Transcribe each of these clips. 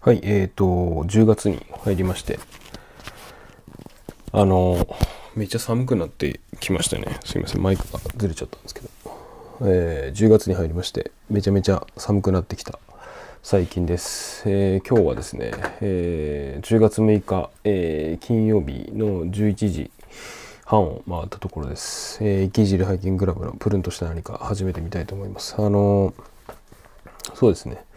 はい、10月に入りまして、めっちゃ寒くなってきましたね。すいません、マイクがずれちゃったんですけど、10月に入りまして、めちゃめちゃ寒くなってきた最近です。今日はですね、10月6日、金曜日の11時半を回ったところです。池尻ハイキングクラブのプルンとした何か始めてみたいと思います。そうですね、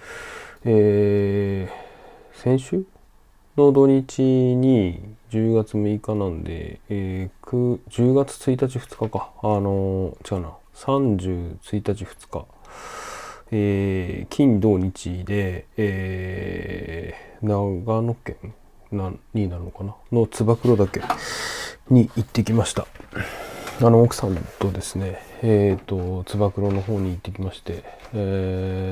先週の土日に10月6日なんで、10月1日2日か。違うな。30、1日2日。金土日で、長野県になるのかなのつば九郎岳に行ってきました。奥さんとですね、つば九郎の方に行ってきまして、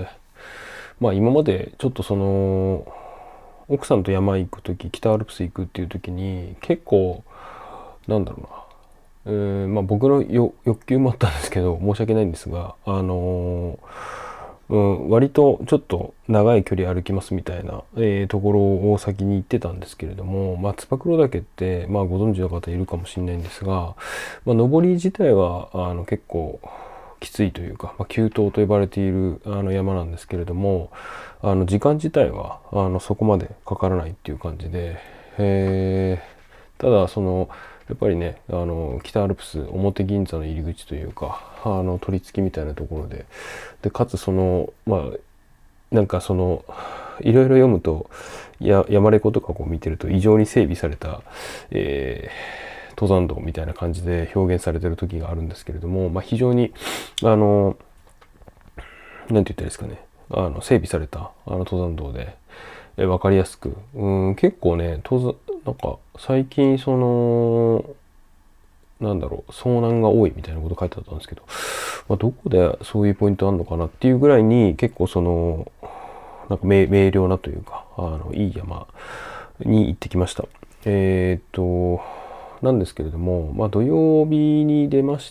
まあ今までちょっと奥さんと山行く時、北アルプス行くっていう時に結構なんだろうな、まあ僕の欲求もあったんですけど、申し訳ないんですが、割とちょっと長い距離歩きますみたいな、ところを先に行ってたんですけれども、まあつば九郎岳ってまあご存知の方いるかもしれないんですが、まあ登り自体は結構きついというか、まあ、急登と呼ばれている山なんですけれども、時間自体はそこまでかからないっていう感じで、ただやっぱりね、北アルプス表銀座の入り口というか取り付きみたいなところでかつまあなんかいろいろ読むと山レコとかこう見てると異常に整備された、登山道みたいな感じで表現されてる時があるんですけれども、まあ、非常になんて言ったらいいですかね、整備された登山道で、分かりやすく、結構ねなんか最近なんだろう、遭難が多いみたいなこと書いてあったんですけど、まあ、どこでそういうポイントあるのかなっていうぐらいに結構なんか明瞭なというかいい山に行ってきました。なんですけれども、まあ土曜日に出まして、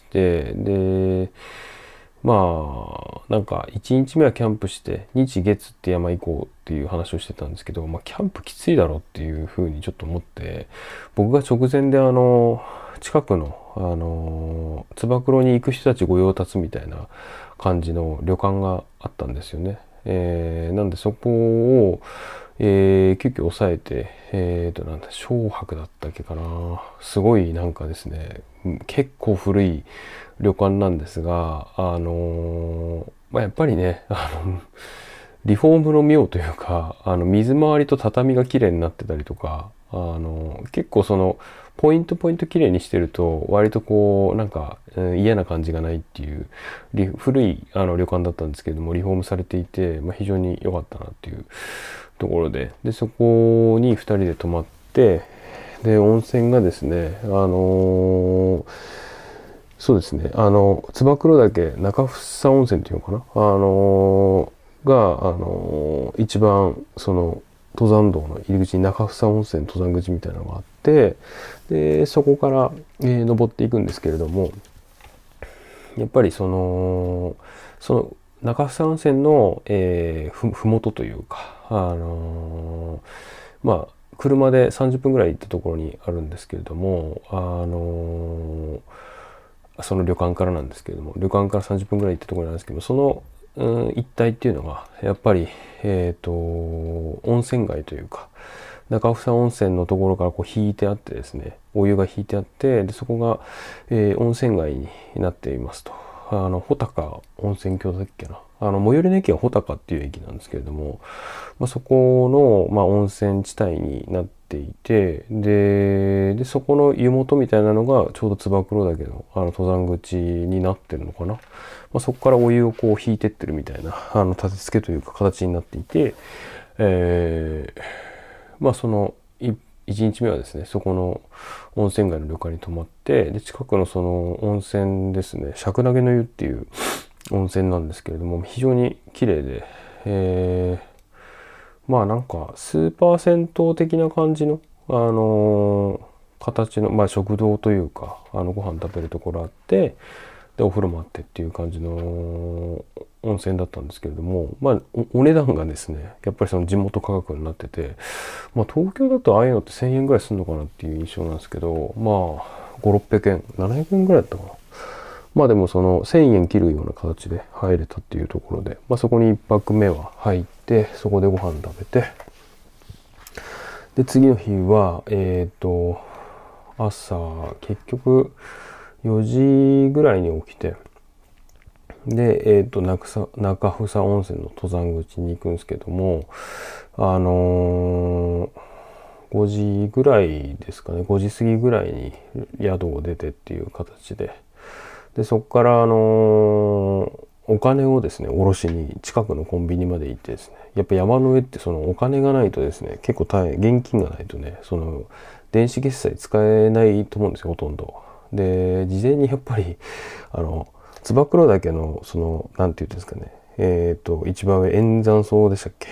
でまあなんか1日目はキャンプして日月って山行こうっていう話をしてたんですけど、まあキャンプきついだろうっていうふうにちょっと思って、僕が直前で近くのつば九郎に行く人たち御用達みたいな感じの旅館があったんですよね。なんでそこを、急遽抑えて、なんだ、松柏だったっけかな。すごいなんかですね、結構古い旅館なんですが、まあ、やっぱりね、リフォームの妙というか、水回りと畳が綺麗になってたりとか、結構ポイント綺麗にしてると、割とこう、なんか、嫌な感じがないっていう、古い旅館だったんですけれども、リフォームされていて、まあ、非常に良かったなっていうところで、そこに2人で泊まって、で、温泉がですね、そうですね、つば九郎岳中房温泉っていうのかな、一番登山道の入り口に中房温泉登山口みたいなのがあって、でそこから、登っていくんですけれども、やっぱり中房温泉の、ふもとというか、まあ車で30分ぐらい行ったところにあるんですけれども、その旅館からなんですけれども、旅館から30分ぐらい行ったところなんですけど、一帯っていうのがやっぱり、温泉街というか、中房温泉のところからこう引いてあってですね、お湯が引いてあって、でそこが、温泉街になっていますと。穂高温泉郷だっけな。最寄りの駅は穂高っていう駅なんですけれども、まあ、そこの、まあ、温泉地帯になっていて、でそこの湯本みたいなのがちょうどつば九郎岳の登山口になってるのかな。まあ、そこからお湯をこう引いてってるみたいな立て付けというか形になっていて、まあ1日目はですね、そこの温泉街の旅館に泊まって、で近くの温泉ですね、釈投の湯っていう温泉なんですけれども、非常に綺麗で、まあなんかスーパー銭湯的な感じの形の、まあ、食堂というかご飯食べるところあって、でお風呂もあってっていう感じの温温泉だったんですけれども、まあ、お値段がですね、やっぱりその地元価格になってて、まあ、東京だとああいうのって1000円ぐらいするのかなっていう印象なんですけど、まあ、5、600円、700円ぐらいだったかな。まあでもその1000円切るような形で入れたっていうところで、まあそこに1泊目は入って、そこでご飯食べて、で、次の日は、朝、結局4時ぐらいに起きて、で、中房温泉の登山口に行くんですけども、5時ぐらいですかね、5時過ぎぐらいに宿を出てっていう形で、で、そこから、お金をですね、下ろしに近くのコンビニまで行ってですね、やっぱ山の上ってそのお金がないとですね、結構現金がないとね、その電子決済使えないと思うんですよ、ほとんど。で、事前にやっぱり、燕岳の、その、なんていうんですかね、一番上、円山荘でしたっけ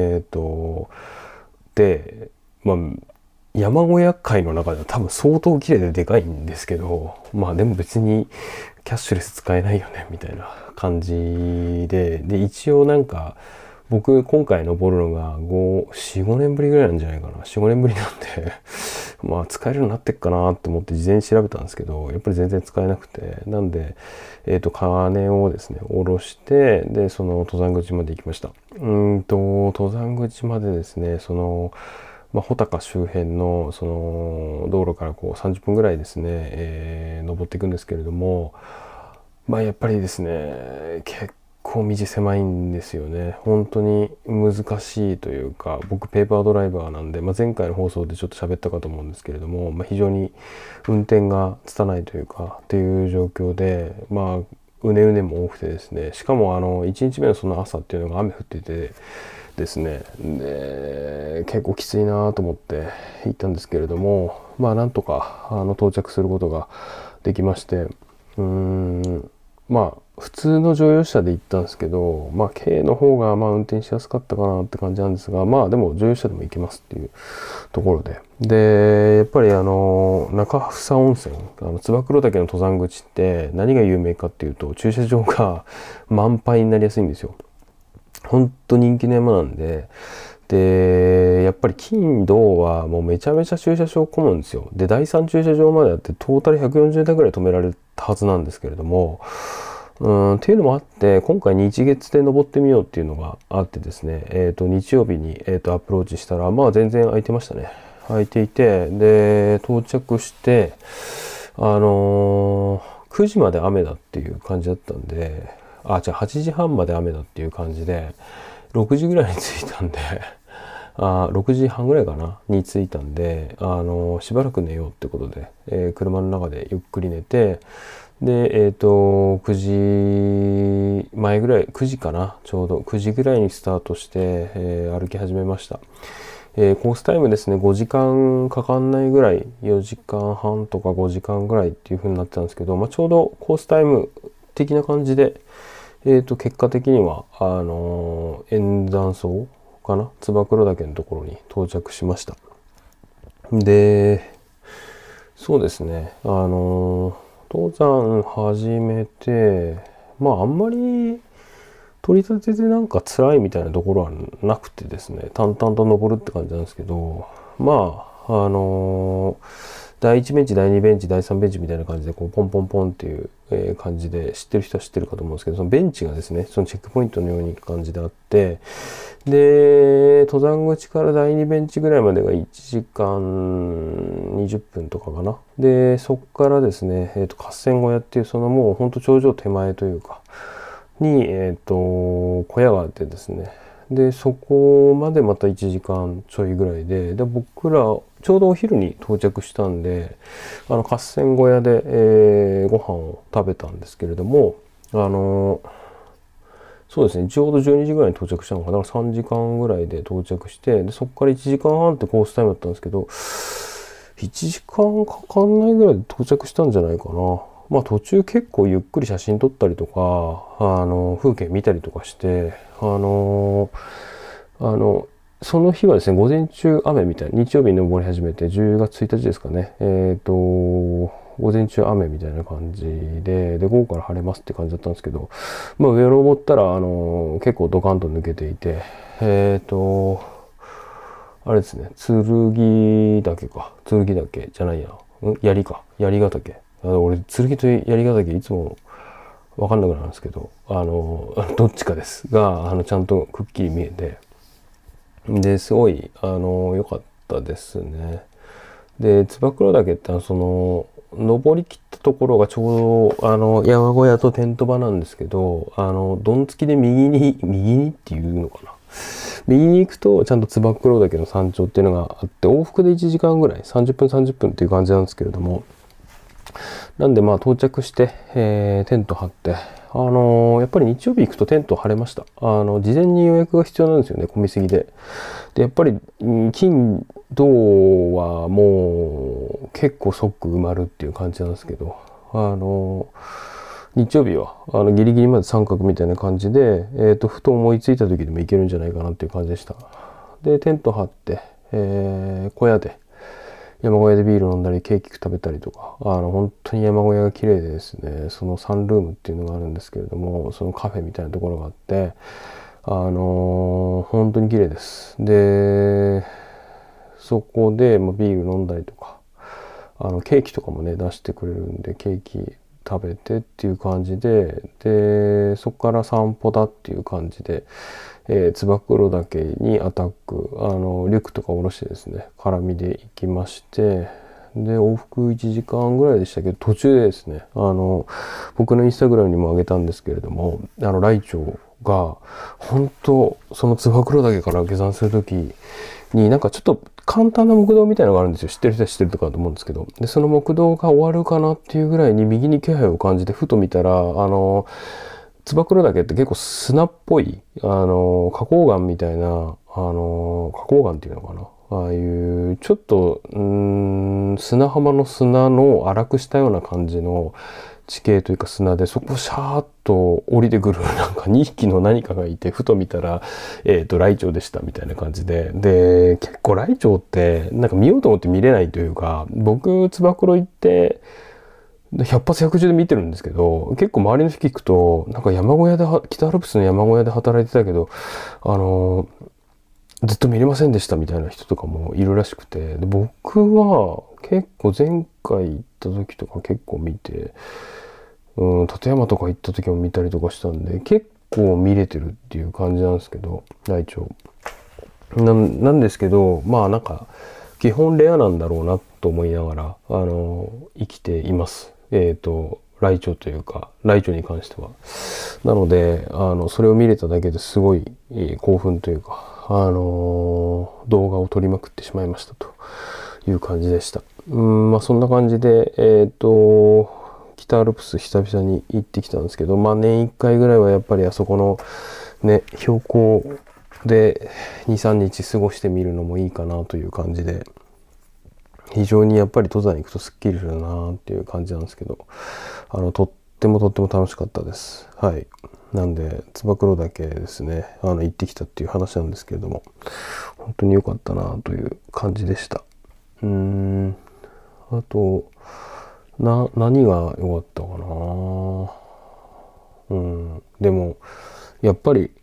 で、まあ、山小屋界の中では多分相当綺麗ででかいんですけど、まあでも別にキャッシュレス使えないよね、みたいな感じで、で、一応なんか、僕今回登るのが4、5年ぶりぐらいなんじゃないかな。4、5年ぶりなんでまあ使えるようになってっかなって思って事前に調べたんですけど、やっぱり全然使えなくて、なんで、金をですね、下ろして、で、その登山口まで行きました。登山口までですね、まあ、穂高周辺の、道路からこう30分ぐらいですね、登っていくんですけれども、まあ、やっぱりですね、結構道狭いんですよね。本当に難しいというか、僕ペーパードライバーなんで、まあ、前回の放送でちょっと喋ったかと思うんですけれども、まあ、非常に運転が拙いというか、っていう状況で、まあ、うねうねも多くてですね、しかも1日目のその朝っていうのが雨降ってて、ですね。で、結構きついなと思って行ったんですけれども、まあなんとか到着することができまして、まあ普通の乗用車で行ったんですけど、まあ軽の方がまあ運転しやすかったかなって感じなんですが、まあでも乗用車でも行けますっていうところで。で、やっぱり中房温泉、燕岳の登山口って何が有名かっていうと、駐車場が満杯になりやすいんですよ。本当人気の山なんで、で、やっぱり金土はもうめちゃめちゃ駐車場混むんですよ。で、第3駐車場まであってトータル140台ぐらい止められたはずなんですけれども、っていうのもあって、今回日月で登ってみようっていうのがあってですね、日曜日に、アプローチしたら、まあ全然空いてましたね。空いていて、で、到着して、9時まで雨だっていう感じだったんで、じゃあ8時半まで雨だっていう感じで、6時ぐらいに着いたんで6時半ぐらいかなに着いたんで、しばらく寝ようってことで、車の中でゆっくり寝て、で、9時前ぐらい、9時かな、ちょうど9時ぐらいにスタートして、歩き始めました。コースタイムですね、5時間かかんないぐらい、4時間半とか5時間ぐらいっていう風になってたんですけど、まあ、ちょうどコースタイム的な感じで、結果的には、円山荘かな、燕岳のところに到着しました。で、そうですね、登山始めて、まああんまり取り立てでなんか辛いみたいなところはなくてですね、淡々と登るって感じなんですけど、まあ、第1ベンチ、第2ベンチ、第3ベンチみたいな感じで、こう、ポンポンポンっていう、感じで、知ってる人は知ってるかと思うんですけど、そのベンチがですね、そのチェックポイントのように感じであって、で、登山口から第2ベンチぐらいまでが1時間20分とかかな。で、そこからですね、合戦小屋っていう、そのもうほんと頂上手前というか、に、小屋があってですね、で、そこまでまた1時間ちょいぐらいで、で、僕ら、ちょうどお昼に到着したんで、合戦小屋で、ご飯を食べたんですけれども、そうですね、ちょうど12時ぐらいに到着したのかな、3時間ぐらいで到着して、で、そこから1時間半ってコースタイムだったんですけど、1時間かかんないぐらいで到着したんじゃないかな。まあ途中結構ゆっくり写真撮ったりとか、風景見たりとかして、その日はですね、午前中雨みたいな、日曜日に登り始めて、10月1日ですかね。午午前中雨みたいな感じで、午後から晴れますって感じだったんですけど、まあ上を登ったら、結構ドカンと抜けていて、あれですね、剣岳か。剣岳じゃないや。槍か。槍ヶ岳。俺、剣と槍ヶ岳いつもわかんなくなるんですけど、どっちかですが、ちゃんとくっきり見えて、で、すごい、良かったですね。で、燕岳って登り切ったところがちょうど、山小屋とテント場なんですけど、どんつきで右にっていうのかな。右に行くと、ちゃんと燕岳の山頂っていうのがあって、往復で1時間ぐらい、30分30分っていう感じなんですけれども、なんでまあ到着して、テント張って、やっぱり日曜日行くとテント張れました。事前に予約が必要なんですよね、混みすぎで。で、やっぱり、金、土はもう結構即埋まるっていう感じなんですけど、日曜日は、ギリギリまで三角みたいな感じで、ふと思いついた時でも行けるんじゃないかなっていう感じでした。で、テント張って、小屋で、山小屋でビール飲んだり、ケーキ食べたりとか、本当に山小屋が綺麗でですね、そのサンルームっていうのがあるんですけれども、そのカフェみたいなところがあって、本当に綺麗です。で、そこで、ビール飲んだりとか、ケーキとかもね、出してくれるんで、ケーキ食べてっていう感じで、で、そこから散歩だっていう感じで、燕岳にアタック、リュックとか下ろしてですね、絡みで行きまして、で、往復1時間ぐらいでしたけど、途中でですね、僕のインスタグラムにも上げたんですけれども、ライチョウが、本当その燕岳から下山するときに、なんかちょっと簡単な木道みたいなのがあるんですよ。知ってる人は知ってるとかと思うんですけど。で、その木道が終わるかなっていうぐらいに右に気配を感じて、ふと見たら、燕岳って結構砂っぽい、花崗岩みたいな、花崗岩っていうのかな。ああいう、ちょっと、砂浜の砂の荒くしたような感じの地形というか砂で、そこをシャーッと降りてくる、なんか2匹の何かがいて、ふと見たら、ライチョウでしたみたいな感じで。で、結構ライチョウって、なんか見ようと思って見れないというか、僕、燕行って、100発110で見てるんですけど、結構周りの人聞くと、なんか山小屋で、北アルプスの山小屋で働いてたけど、ずっと見れませんでしたみたいな人とかもいるらしくて、で、僕は結構前回行った時とか結構見て、立山とか行った時も見たりとかしたんで、結構見れてるっていう感じなんですけど、ライチョウ。なんですけど、まあなんか、基本レアなんだろうなと思いながら、生きています。ライチョウというか、ライチョウに関しては。なので、それを見れただけですごい、興奮というか、動画を撮りまくってしまいましたという感じでした。まあそんな感じで、北アルプス久々に行ってきたんですけど、まあ年1回ぐらいはやっぱりあそこのね、標高で2、3日過ごしてみるのもいいかなという感じで、非常にやっぱり登山行くとスッキリするなっていう感じなんですけど、とっても楽しかったです。はい。なんで、燕岳ですね、行ってきたっていう話なんですけれども、本当に良かったなという感じでした。あと、何が良かったかな。でも、やっぱり、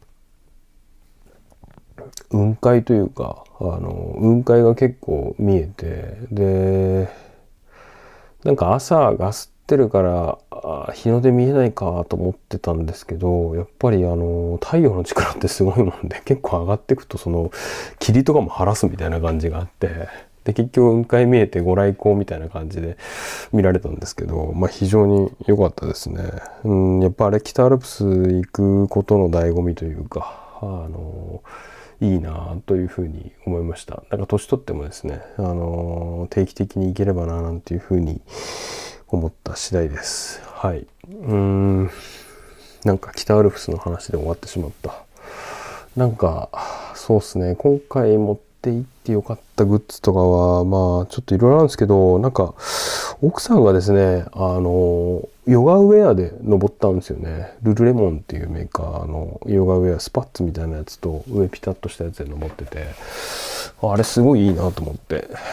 雲海というか、雲海が結構見えて、で、なんか朝ガスってるから日の出見えないかと思ってたんですけど、やっぱり太陽の力ってすごいもんで、結構上がっていくとその霧とかも晴らすみたいな感じがあって、で結局雲海見えてご来光みたいな感じで見られたんですけど、まあ非常に良かったですね。やっぱあれ北アルプス行くことの醍醐味というか、いいなというふうに思いました。なんか年取ってもですね、定期的に行ければななんていうふうに思った次第です。はい。なんか北アルプスの話で終わってしまった。なんか、そうっすね、今回持って行ってよかったグッズとかは、まあちょっといろいろあるんですけど、なんか奥さんがですね、ヨガウェアで登ったんですよね。ルルレモンっていうメーカーのヨガウェア、スパッツみたいなやつと上ピタッとしたやつで登ってて、あれすごいいいなと思って。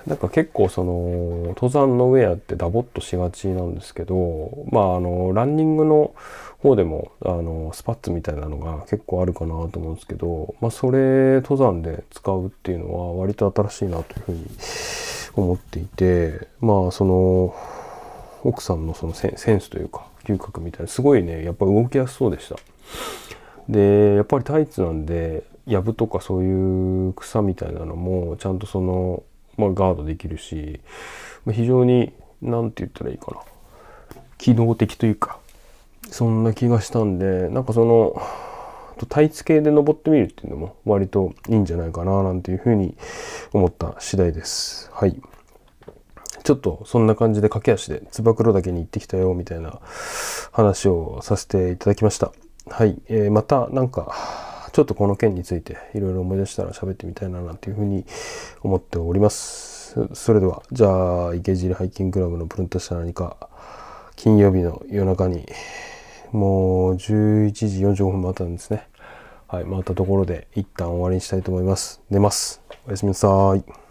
なんか結構その登山のウェアってダボっとしがちなんですけど、まあランニングの方でもスパッツみたいなのが結構あるかなと思うんですけど、まあそれ登山で使うっていうのは割と新しいなというふうに思っていて、まあその奥さんのそのセンスというか嗅覚みたいなすごいねやっぱ動きやすそうでした。でやっぱりタイツなんでヤブとかそういう草みたいなのもちゃんとその、まあ、ガードできるし、非常に何て言ったらいいかな、機動的というかそんな気がしたんで、なんかそのタイツ系で登ってみるっていうのも割といいんじゃないかななんていうふうに思った次第です。はい。ちょっとそんな感じで駆け足で燕岳に行ってきたよみたいな話をさせていただきました。はい。またなんかちょっとこの件についていろいろ思い出したら喋ってみたいななんていうふうに思っております。それでは、じゃあ池尻ハイキングクラブのプルンとした何か金曜日の夜中にもう11時45分もあったんですね。はい。回ったところで一旦終わりにしたいと思います。寝ます。おやすみなさい。